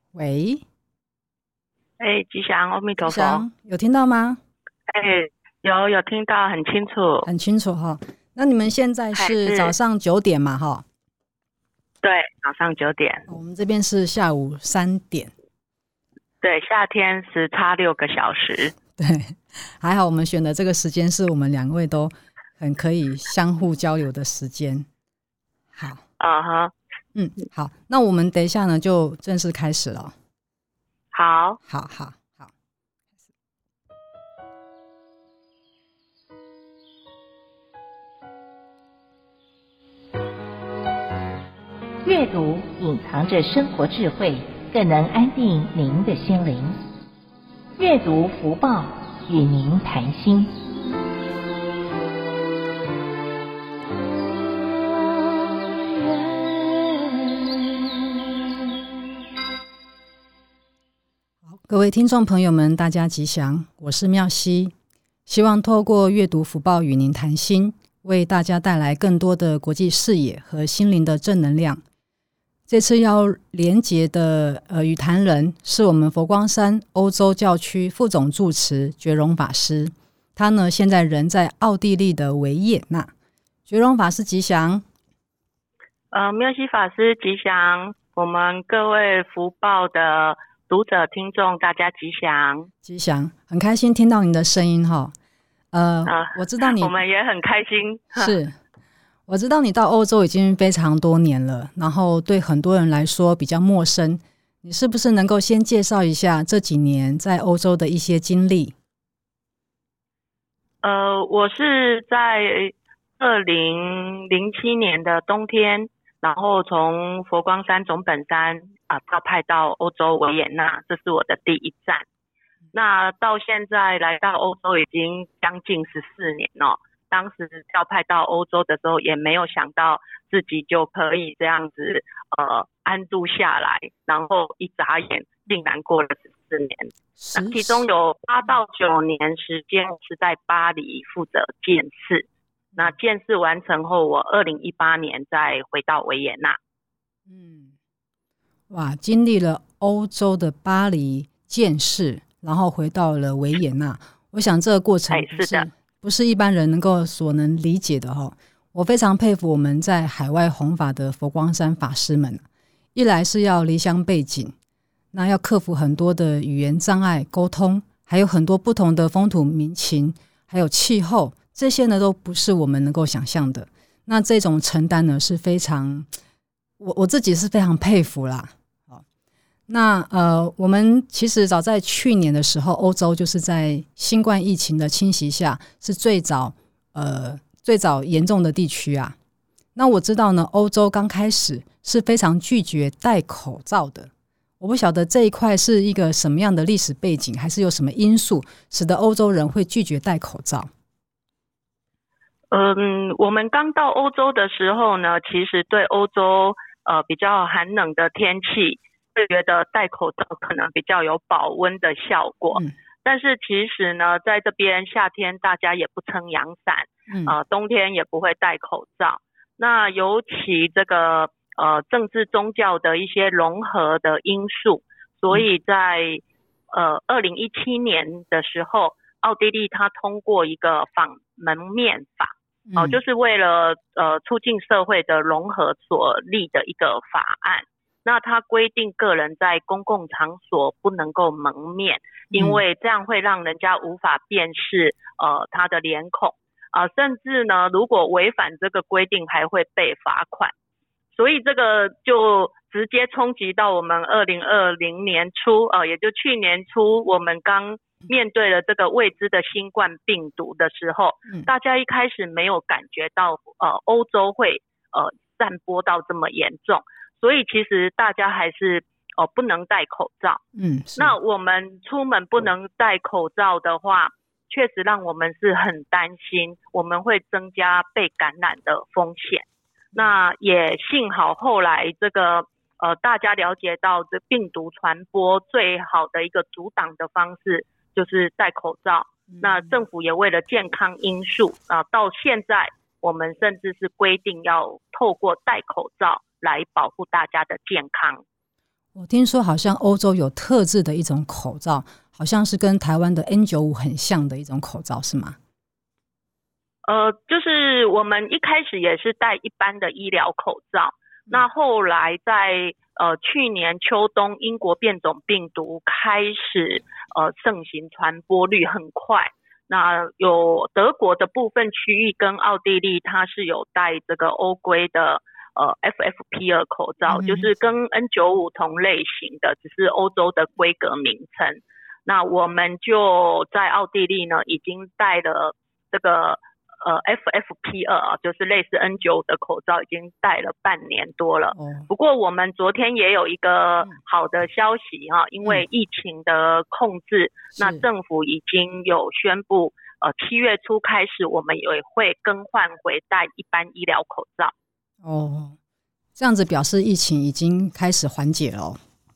喂， 吉祥，阿弥陀佛。 吉祥，有听到吗？ 有听到，很清楚。 很清楚哈。那你们现在是早上9点嘛？哈， 对，早上9点。 我们这边是下午3点。 对，夏天时差6个小时。 对，还好我们选的这个时间是我们2位都很可以相互交流的时间。好，好，那我们等一下呢就正式开始了。 好。 阅读隐藏着生活智慧，更能安定您的心灵。阅读福报，与您谈心。 各位听众朋友们，大家吉祥，我是妙希，希望透过阅读福报与您谈心，为大家带来更多的国际视野和心灵的正能量。这次要连结的语坛人是我们佛光山欧洲教区副总住持觉荣法师，他呢现在人在奥地利的维也纳。觉荣法师吉祥。 妙希法师吉祥，我们各位福报的读者听众大家吉祥。 吉祥，很开心听到您的声音哈。我知道你， 我们也很开心。 是，我知道你到欧洲已经非常多年了，然后对很多人来说比较陌生，你是不是能够先介绍一下这几年在欧洲的一些经历？ 我是在2007年的冬天，然后从佛光山总本山调派到欧洲维也纳，这是我的第一站。那到现在来到欧洲已经将近14年了。当时调派到欧洲的时候，也没有想到自己就可以这样子安住下来，然后一眨眼竟然过了14年。那其中有8到9年时间是在巴黎负责见识。那见识完成后，我2018年再回到维也纳。 哇，经历了欧洲的巴黎见识，然后回到了维也纳，我想这个过程不是一般人能够所能理解的哈。我非常佩服我们在海外弘法的佛光山法师们，一来是要离乡背井，那要克服很多的语言障碍沟通，还有很多不同的风土民情，还有气候，这些呢都不是我们能够想象的。那这种承担呢是非常，我自己是非常佩服啦。那我们其实早在去年的时候，欧洲就是在新冠疫情的侵袭下，是最早严重的地区啊。那我知道呢，欧洲刚开始是非常拒绝戴口罩的。我不晓得这一块是一个什么样的历史背景，还是有什么因素使得欧洲人会拒绝戴口罩？ 我们刚到欧洲的时候呢，其实对欧洲比较寒冷的天气，会觉得戴口罩可能比较有保温的效果。但是其实呢，在这边夏天大家也不撑阳伞，冬天也不会戴口罩。那尤其这个政治宗教的一些融合的因素，所以在2017年的时候，奥地利它通过一个访门面法，就是为了促进社会的融合所立的一个法案。那它规定个人在公共场所不能够蒙面，因为这样会让人家无法辨识他的脸孔，甚至呢，如果违反这个规定还会被罚款。所以这个就直接冲击到我们2020年初，也就去年初，我们刚面对了这个未知的新冠病毒的时候，大家一开始没有感觉到欧洲会散播到这么严重。所以其实大家还是不能戴口罩。那我们出门不能戴口罩的话，确实让我们是很担心，我们会增加被感染的风险。那也幸好后来这个大家了解到这病毒传播最好的一个阻挡的方式就是戴口罩。那政府也为了健康因素到现在我们甚至是规定要透过戴口罩来保护大家的健康。 我听说好像欧洲有特制的一种口罩，好像是跟台湾的 N95 很像的一种口罩，是吗？ 就是我们一开始也是戴一般的医疗口罩，那后来在去年秋冬英国变种病毒开始盛行，传播率很快，那有德国的部分区域跟奥地利它是有戴这个欧规的FFP2 口罩，就是跟 N95 同类型的，只是欧洲的规格名称。那我们就在奥地利呢已经戴了这个FFP2 就是类似 N95 的口罩，已经戴了半年多了。不过我们昨天也有一个好的消息因为疫情的控制，那政府已经有宣布7月初开始我们也会更换回戴一般医疗口罩。 这样子表示疫情已经开始缓解了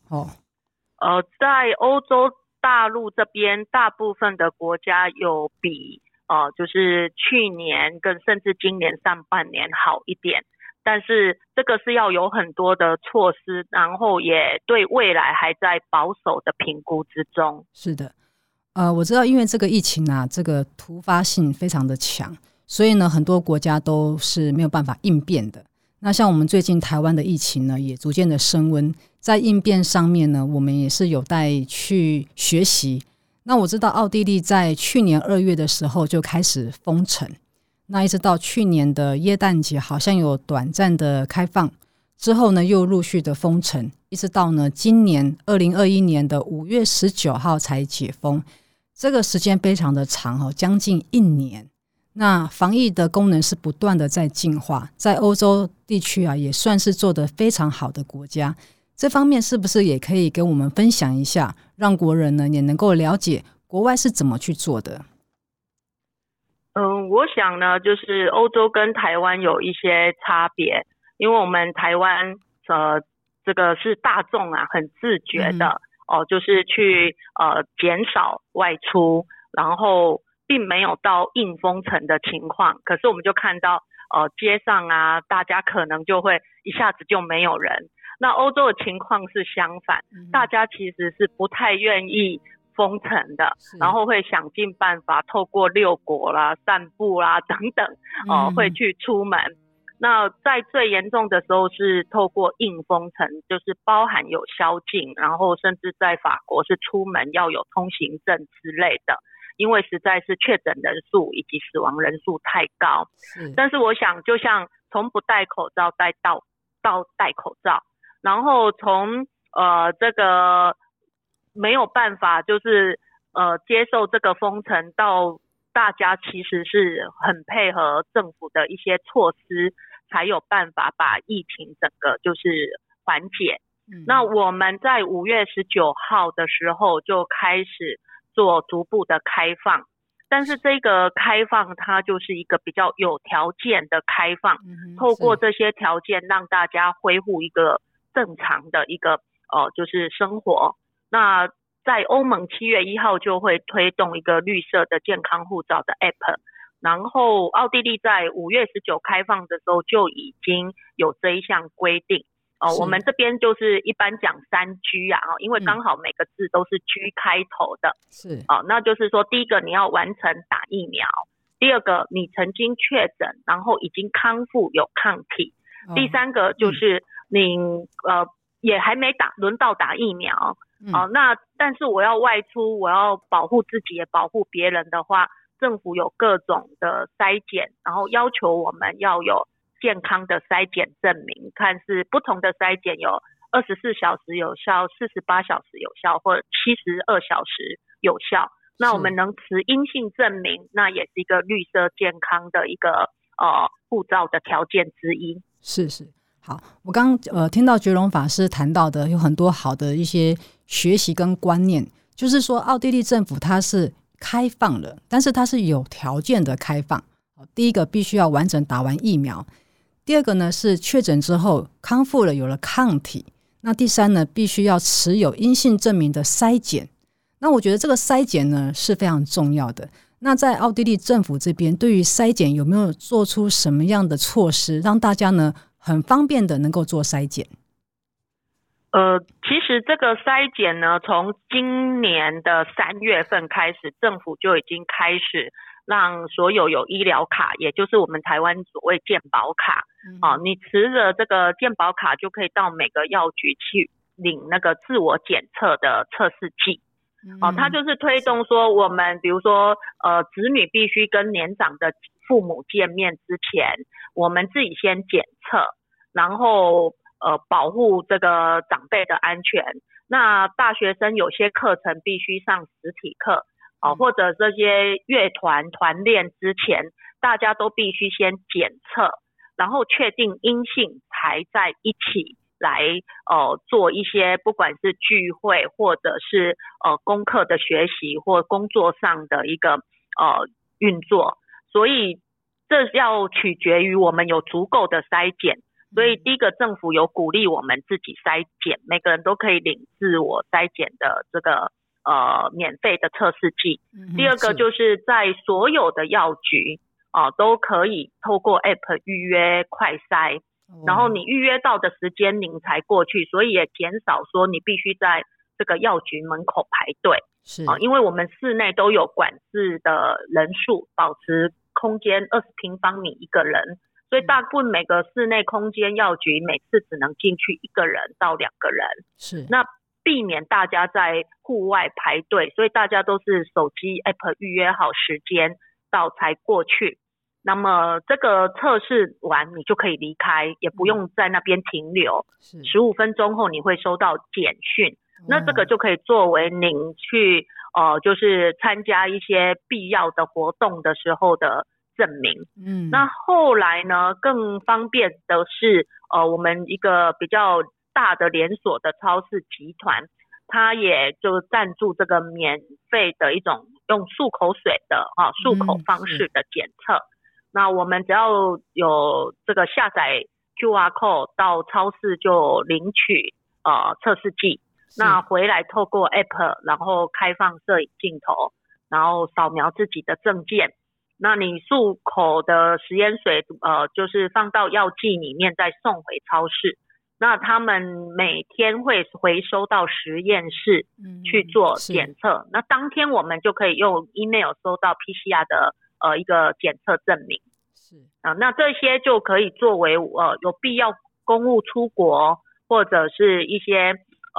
在欧洲大陆这边大部分的国家有比就是去年跟甚至今年上半年好一点，但是这个是要有很多的措施，然后也对未来还在保守的评估之中。 是的，我知道因为这个疫情这个突发性非常的强，所以呢很多国家都是没有办法应变的。那像我们最近台湾的疫情呢也逐渐的升温，在应变上面呢我们也是有待去学习。那我知道奥地利在去年2月的时候就开始封城，那一直到去年的耶诞节好像有短暂的开放，之后呢又陆续的封城，一直到呢今年2021年的5月19号才解封，这个时间非常的长将近1年。那防疫的功能是不断的在进化，在欧洲地区也算是做得非常好的国家。这方面是不是也可以跟我们分享一下，让国人呢也能够了解国外是怎么去做的？ 我想呢就是欧洲跟台湾有一些差别，因为我们台湾这个是大众很自觉的就是去减少外出，然后并没有到硬封城的情况，可是我们就看到街上大家可能就会一下子就没有人。那欧洲的情况是相反，大家其实是不太愿意封城的，然后会想尽办法透过遛狗啦、散步啦等等会去出门。那在最严重的时候是透过硬封城，就是包含有宵禁，然后甚至在法国是出门要有通行证之类的，因为实在是确诊人数以及死亡人数太高。但是我想就像从不戴口罩到戴口罩，然后从这个没有办法就是接受这个封城，到大家其实是很配合政府的一些措施，才有办法把疫情整个就是缓解。那我们在5月19号的时候就开始做逐步的开放，但是这个开放它就是一个比较有条件的开放，透过这些条件让大家恢复一个正常的一个就是生活。那在欧盟7月1号就会推动一个绿色的健康护照的 App， 然后奥地利在5月19开放的时候就已经有这一项规定我们这边就是一般讲3G 因为刚好每个字都是 G 开头的，那就是说第一个你要完成打疫苗，第二个你曾经确诊然后已经康复有抗体，第三个就是你也还没轮到打疫苗那但是我要外出，我要保护自己也保护别人的话，政府有各种的筛检，然后要求我们要有健康的筛检证明，看是不同的筛检有24小时有效、48小时有效或者72小时有效。那我们能持阴性证明，那也是一个绿色健康的一个护照的条件之一。 是。好，我刚听到觉荣法师谈到的有很多好的一些学习跟观念，就是说奥地利政府它是开放了，但是它是有条件的开放。第一个必须要完整打完疫苗，第二个呢是确诊之后康复了有了抗体，那第三呢必须要持有阴性证明的筛检。那我觉得这个筛检呢是非常重要的。那在奥地利政府这边对于筛检有没有做出什么样的措施，让大家呢很方便的能够做筛检？ 其实这个筛检呢，从今年的3月份开始，政府就已经开始让所有有医疗卡，也就是我们台湾所谓健保卡，你持着这个健保卡就可以到每个药局去领那个自我检测的测试剂。它就是推动说我们比如说子女必须跟年长的父母见面之前，我们自己先检测，然后保护这个长辈的安全。那大学生有些课程必须上实体课，或者这些乐团团练之前，大家都必须先检测，然后确定阴性才在一起来做一些不管是聚会或者是功课的学习或工作上的一个运作。所以这要取决于我们有足够的筛检。所以第一个，政府有鼓励我们自己筛检，每个人都可以领自我筛检的这个免费的测试剂。第二个就是在所有的药局都可以透过 App 预约快筛，然后你预约到的时间您才过去，所以也减少说你必须在这个药局门口排队。 是因为我们室内都有管制的人数，保持空间20平方米一个人，所以大部分每个室内空间药局每次只能进去1个人到2个人。 是那避免大家在户外排队，所以大家都是手机 App 预约好时间到才过去。那么这个测试完你就可以离开，也不用在那边停留，15分钟后你会收到简讯，那这个就可以作为您去就是参加一些必要的活动的时候的证明。那后来呢，更方便的是我们一个比较大的连锁的超市集团，它也就赞助这个免费的一种用漱口水的漱口方式的检测。那我们只要有这个下载 QR code 到超市就领取测试剂，那回来透过 App 然后开放摄影镜头，然后扫描自己的证件。那你漱口的食盐水就是放到药剂里面再送回超市，那他们每天会回收到实验室去做检测，那当天我们就可以用 email 收到 PCR 的一个检测证明。那这些就可以作为有必要公务出国或者是一些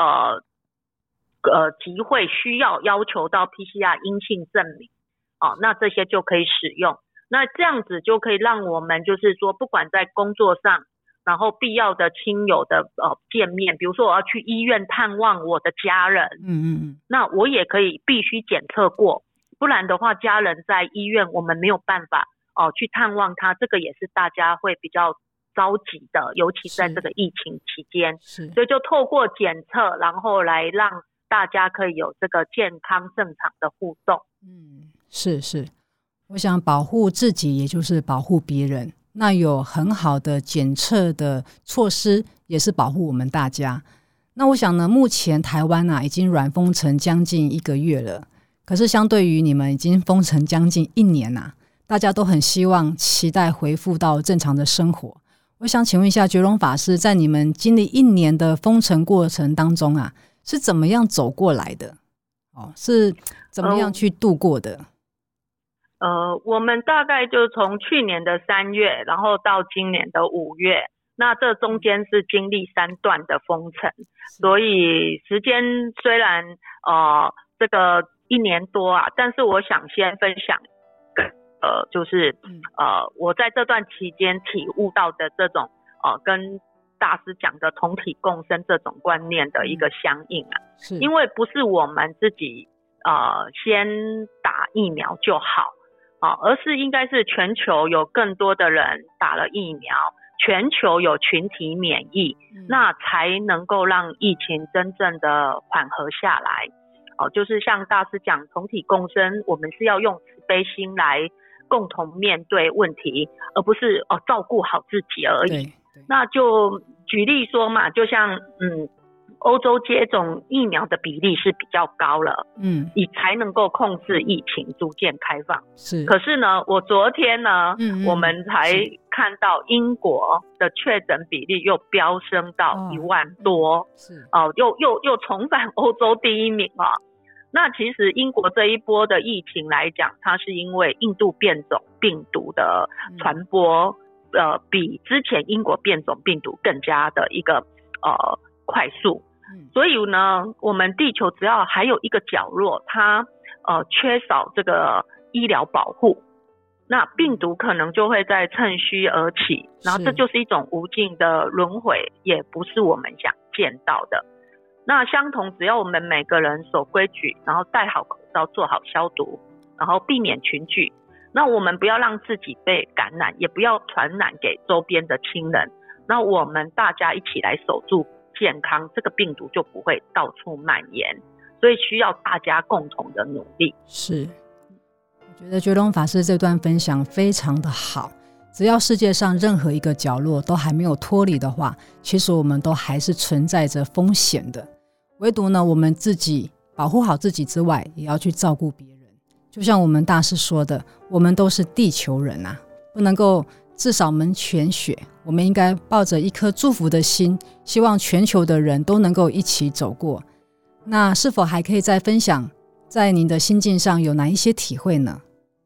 集会需要求到 PCR 阴性证明那这些就可以使用。那这样子就可以让我们就是说不管在工作上，然后必要的亲友的见面，比如说我要去医院探望我的家人，那我也可以必须检测过，不然的话家人在医院我们没有办法去探望他，这个也是大家会比较着急的，尤其在这个疫情期间。所以就透过检测，然后来让大家可以有这个健康正常的互动。 是，我想保护自己也就是保护别人，那有很好的检测的措施也是保护我们大家。那我想呢，目前台湾已经软封城将近1个月了，可是相对于你们已经封城将近1年大家都很期待恢复到正常的生活。我想请问一下觉荣法师，在你们经历1年的封城过程当中是怎么样走过来的？是怎么样去度过的？ 我们大概就从去年的3月，然后到今年的5月，那这中间是经历3段的封城，所以时间虽然这个1年多但是我想先分享就是我在这段期间体悟到的这种跟大师讲的同体共生这种观念的一个相应因为不是我们自己先打疫苗就好而是应该是全球有更多的人打了疫苗，全球有群体免疫，那才能够让疫情真正的缓和下来就是像大师讲同体共生，我们是要用慈悲心来共同面对问题，而不是照顾好自己而已。那就举例说嘛，就像欧洲接种疫苗的比例是比较高了，你才能够控制疫情逐渐开放。 是， 可是呢，我昨天呢，我们才看到英国的确诊比例又飙升到1万多，是又重返欧洲第一名啊。那其实英国这一波的疫情来讲，它是因为印度变种病毒的传播，比之前英国变种病毒更加的一个快速。所以呢，我们地球只要还有一个角落，它缺少这个医疗保护，那病毒可能就会再趁虚而起，然后这就是一种无尽的轮回，也不是我们想见到的。那相同，只要我们每个人守规矩，然后戴好口罩，做好消毒，然后避免群聚，那我们不要让自己被感染，也不要传染给周边的亲人，那我们大家一起来守住健康，这个病毒就不会到处蔓延，所以需要大家共同的努力。 是，我觉得觉龙法师这段分享非常的好。只要世界上任何一个角落都还没有脱离的话，其实我们都还是存在着风险的。唯独呢，我们自己保护好自己之外，也要去照顾别人。就像我们大师说的，我们都是地球人啊，不能够自扫门前雪，我们应该抱着一颗祝福的心，希望全球的人都能够一起走过。那是否还可以再分享在您的心境上有哪一些体会呢？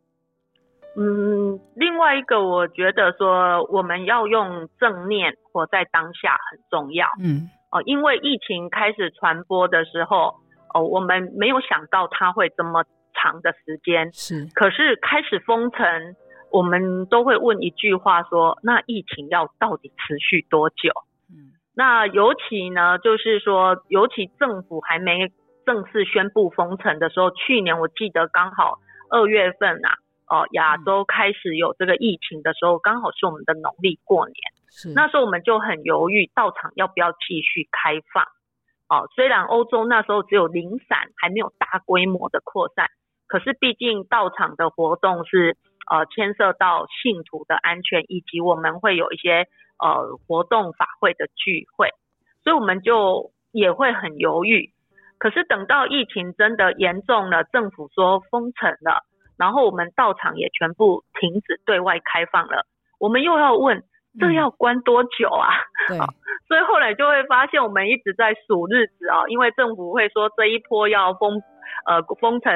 另外一个我觉得说我们要用正念活在当下很重要。因为疫情开始传播的时候，我们没有想到它会这么长的时间，可是开始封城，我们都会问一句话说，那疫情要到底持续多久？那尤其呢，就是说，尤其政府还没正式宣布封城的时候，去年我记得刚好2月份啊，亚洲开始有这个疫情的时候，刚好是我们的农历过年，那时候我们就很犹豫，道场要不要继续开放。虽然欧洲那时候只有零散，还没有大规模的扩散，可是毕竟道场的活动是牵涉到信徒的安全，以及我们会有一些活动法会的聚会，所以我们就也会很犹豫。可是等到疫情真的严重了，政府说封城了，然后我们道场也全部停止对外开放了，我们又要问这要关多久啊？所以后来就会发现我们一直在数日子因为政府会说这一波要封城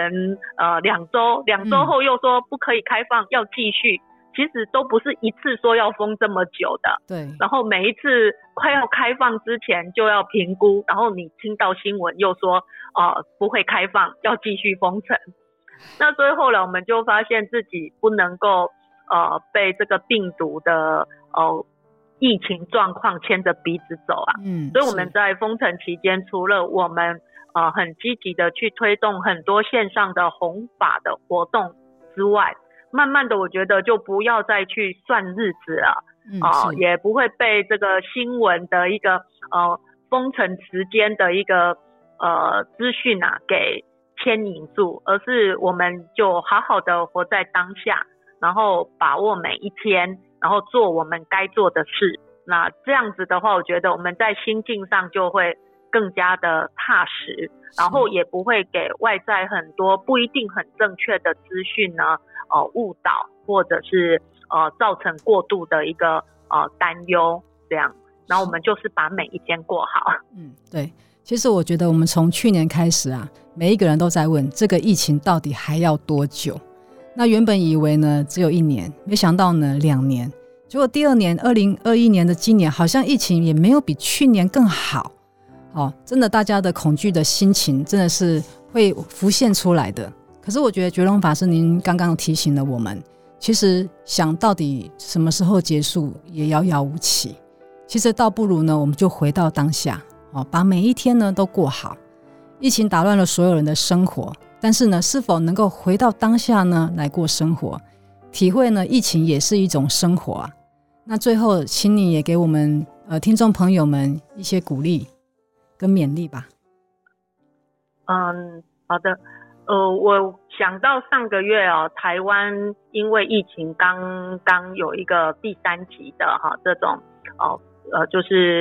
2周，2周后又说不可以开放，要继续，其实都不是一次说要封这么久的。对，然后每一次快要开放之前就要评估，然后你听到新闻又说不会开放，要继续封城。那所以后来我们就发现自己不能够被这个病毒的疫情状况牵着鼻子走啊。所以我们在封城期间，除了我们很积极的去推动很多线上的弘法的活动之外，慢慢的我觉得就不要再去算日子了，也不会被这个新闻的一个封城时间的一个资讯给牵引住，而是我们就好好的活在当下，然后把握每一天，然后做我们该做的事。那这样子的话，我觉得我们在心境上就会更加的踏实，然后也不会给外在很多不一定很正确的资讯呢误导，或者是造成过度的一个担忧这样。然后我们就是把每一天过好。 对，其实我觉得我们从去年开始啊，每一个人都在问这个疫情到底还要多久。那原本以为呢只有1年，没想到呢2年，结果第2年2021年的今年好像疫情也没有比去年更好。真的大家的恐惧的心情真的是会浮现出来的。可是我觉得觉龙法师您刚刚提醒了我们，其实想到底什么时候结束也遥遥无期，其实倒不如呢我们就回到当下，把每一天呢都过好。疫情打乱了所有人的生活，但是呢是否能够回到当下呢来过生活，体会呢疫情也是一种生活啊。那最后请你也给我们听众朋友们一些鼓励跟勉励吧。 好的。我想到上个月台湾因为疫情刚有一个第3级的这种就是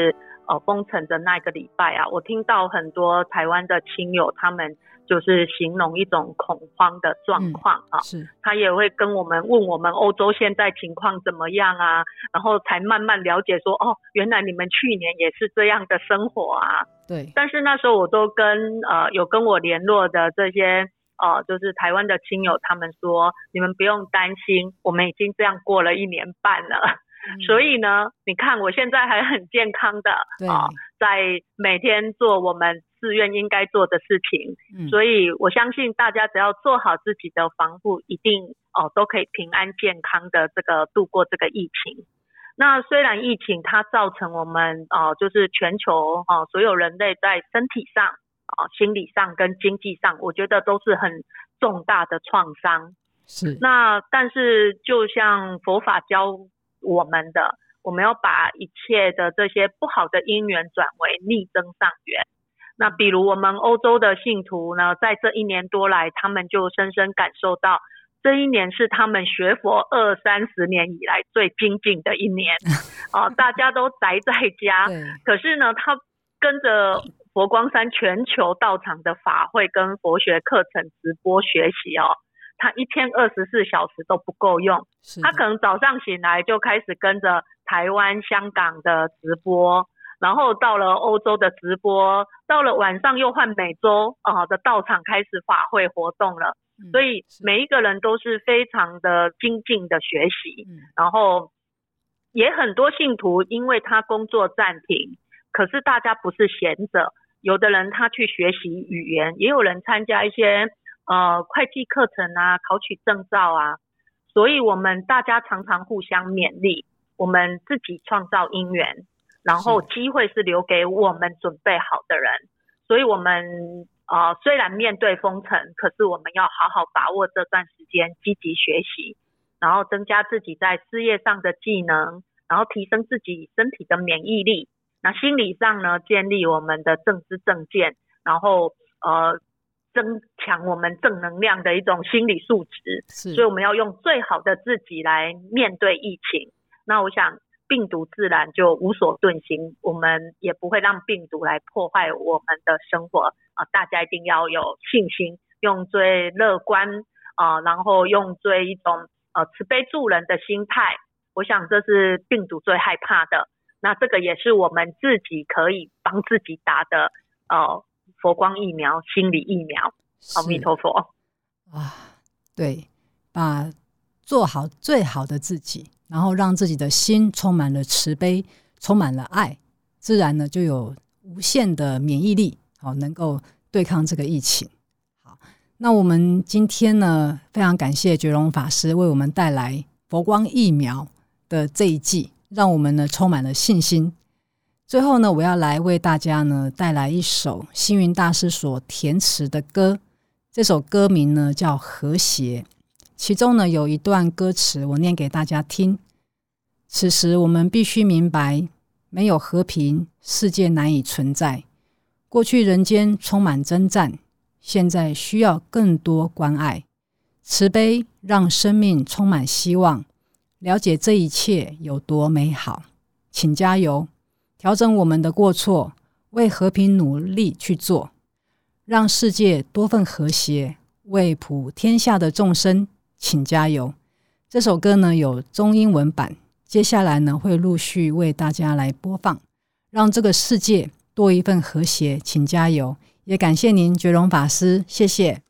封城的那个礼拜啊，我听到很多台湾的亲友他们就是形容一种恐慌的状况啊， 是他也会跟我们问我们欧洲现在情况怎么样啊，然后才慢慢了解说原来你们去年也是这样的生活啊。 对， 但是那时候我都有跟我联络的这些就是台湾的亲友，他们说你们不用担心，我们已经这样过了1年半了。所以呢，你看我现在还很健康的在每天做我们自愿应该做的事情，所以我相信大家只要做好自己的防护，一定都可以平安健康的这个度过这个疫情。那虽然疫情它造成我们就是全球所有人类在身体上心理上跟经济上，我觉得都是很重大的创伤。 是， 那但是就像佛法教我们的，我们要把一切的这些不好的因缘转为逆增上缘。那比如我们欧洲的信徒呢，在这1年多来，他们就深深感受到这一年是他们学佛20-30年以来最精进的一年大家都宅在家，可是呢他跟着佛光山全球道场的法会跟佛学课程直播学习他一天24小时都不够用，他可能早上醒来就开始跟着台湾香港的直播，然后到了欧洲的直播，到了晚上又换美洲的道场开始法会活动了。所以每一个人都是非常的精进的学习，然后也很多信徒因为他工作暂停，可是大家不是闲着，有的人他去学习语言，也有人参加一些会计课程啊，考取证照啊，所以我们大家常常互相勉励，我们自己创造因缘，然后机会是留给我们准备好的人。所以我们虽然面对封城，可是我们要好好把握这段时间，积极学习，然后增加自己在事业上的技能，然后提升自己身体的免疫力。那心理上呢，建立我们的正知正见，然后增强我们正能量的一种心理素质。所以我们要用最好的自己来面对疫情。那我想病毒自然就无所遁形，我们也不会让病毒来破坏我们的生活大家一定要有信心，用最乐观然后用最一种慈悲助人的心态，我想这是病毒最害怕的。那这个也是我们自己可以帮自己打的佛光疫苗，心理疫苗。阿弥陀佛对，把做好最好的自己，然后让自己的心充满了慈悲，充满了爱，自然呢就有无限的免疫力能够对抗这个疫情。好，那我们今天呢非常感谢觉荣法师为我们带来佛光疫苗的这一季，让我们呢充满了信心。最后呢，我要来为大家呢带来一首星云大师所填词的歌，这首歌名呢叫《和谐》，其中呢有一段歌词我念给大家听。此时我们必须明白，没有和平，世界难以存在。过去人间充满征战，现在需要更多关爱。慈悲让生命充满希望，了解这一切有多美好。请加油，调整我们的过错，为和平努力去做，让世界多份和谐，为普天下的众生请加油。这首歌呢有中英文版，接下来呢会陆续为大家来播放，让这个世界多一份和谐，请加油。也感谢您觉荣法师，谢谢。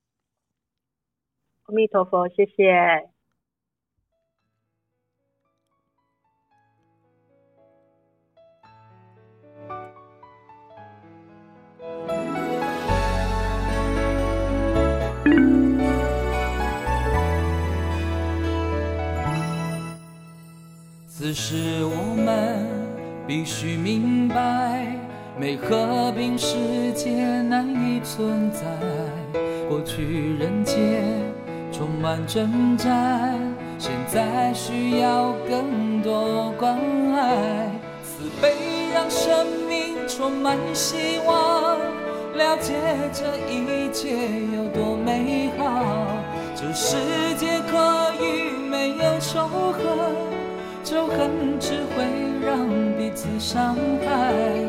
阿弥陀佛，谢谢。 此时我们必须明白，没和平世界难以存在。过去人间充满征战，现在需要更多关爱。慈悲让生命充满希望，了解这一切有多美好。这世界可以没有仇恨，仇恨只会让彼此伤害。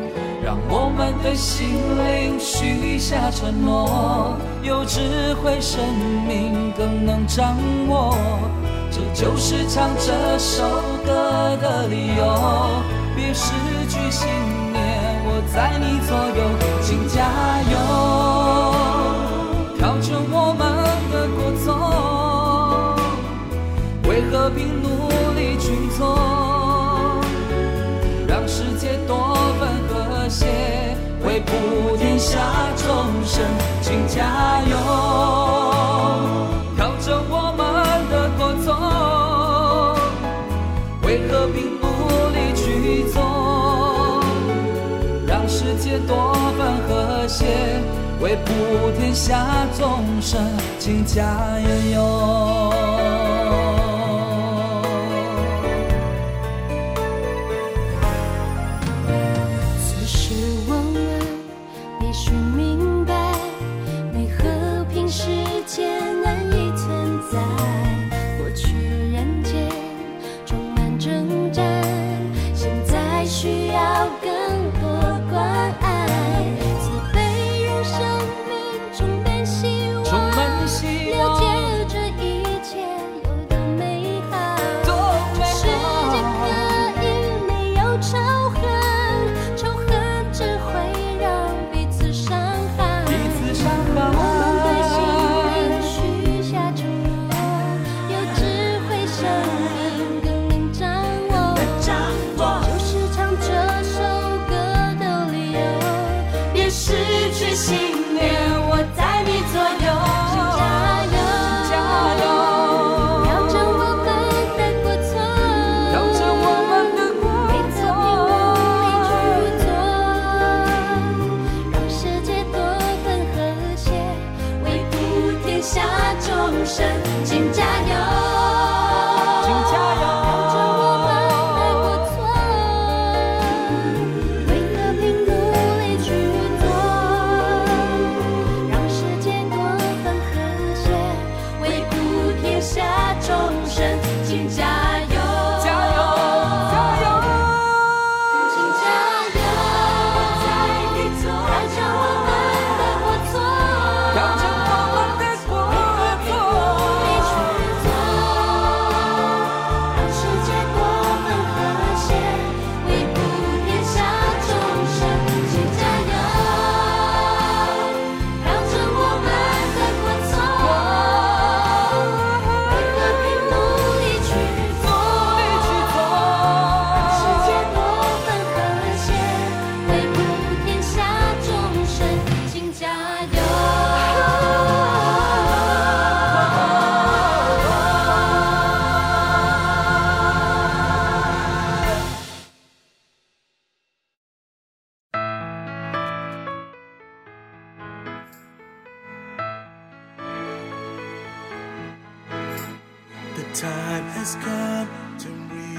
让我们对心灵许下承诺，有智慧生命更能掌握，这就是唱这首歌的理由。别失去信念，我在你左右，请加油，调整我们的过错，为和平努力去做，让世界多份和谐，为普天下众生，请加油，调整我们的过错，为和平努力去做，让世界多份和谐，为普天下众生，请加油。 Time has come to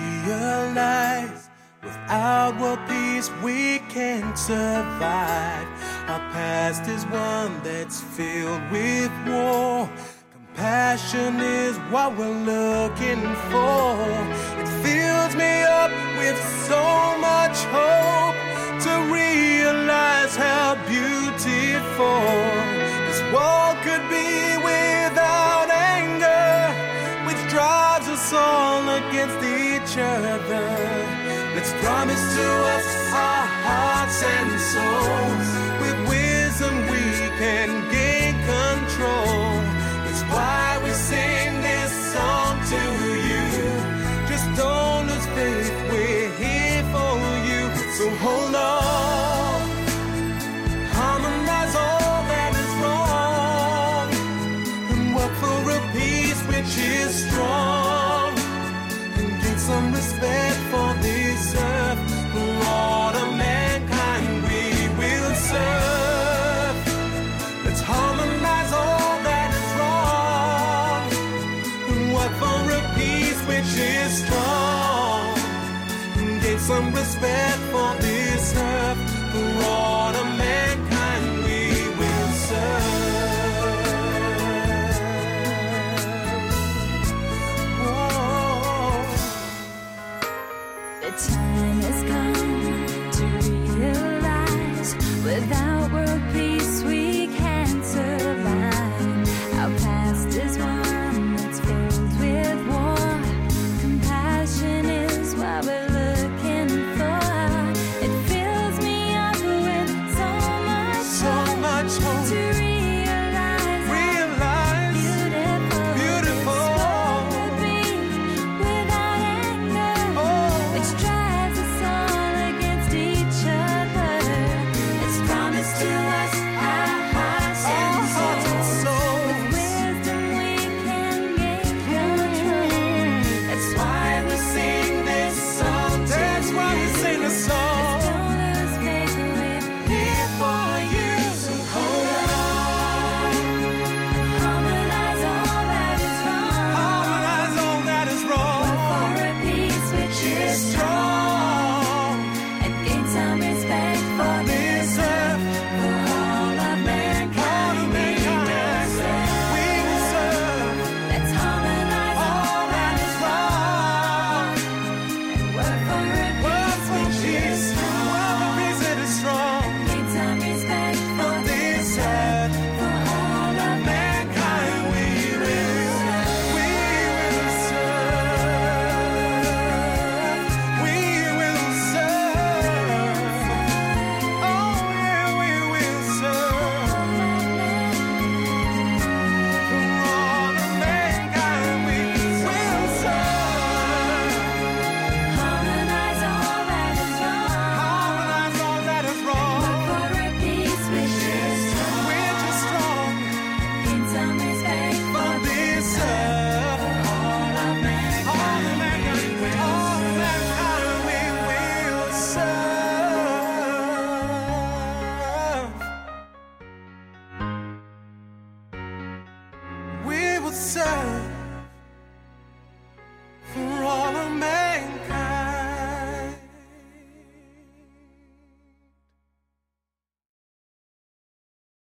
realize without world peace we can't survive. Our past is one that's filled with war. Compassion is what we're looking for. It fills me up with so much hope to realize how beautiful this world could be without anger, which drives us all against each other. Let's promise to us our hearts and souls. With wisdom we can gain control. That's why we sing this song to you. Just don't lose faith, we're here for you. So hold on.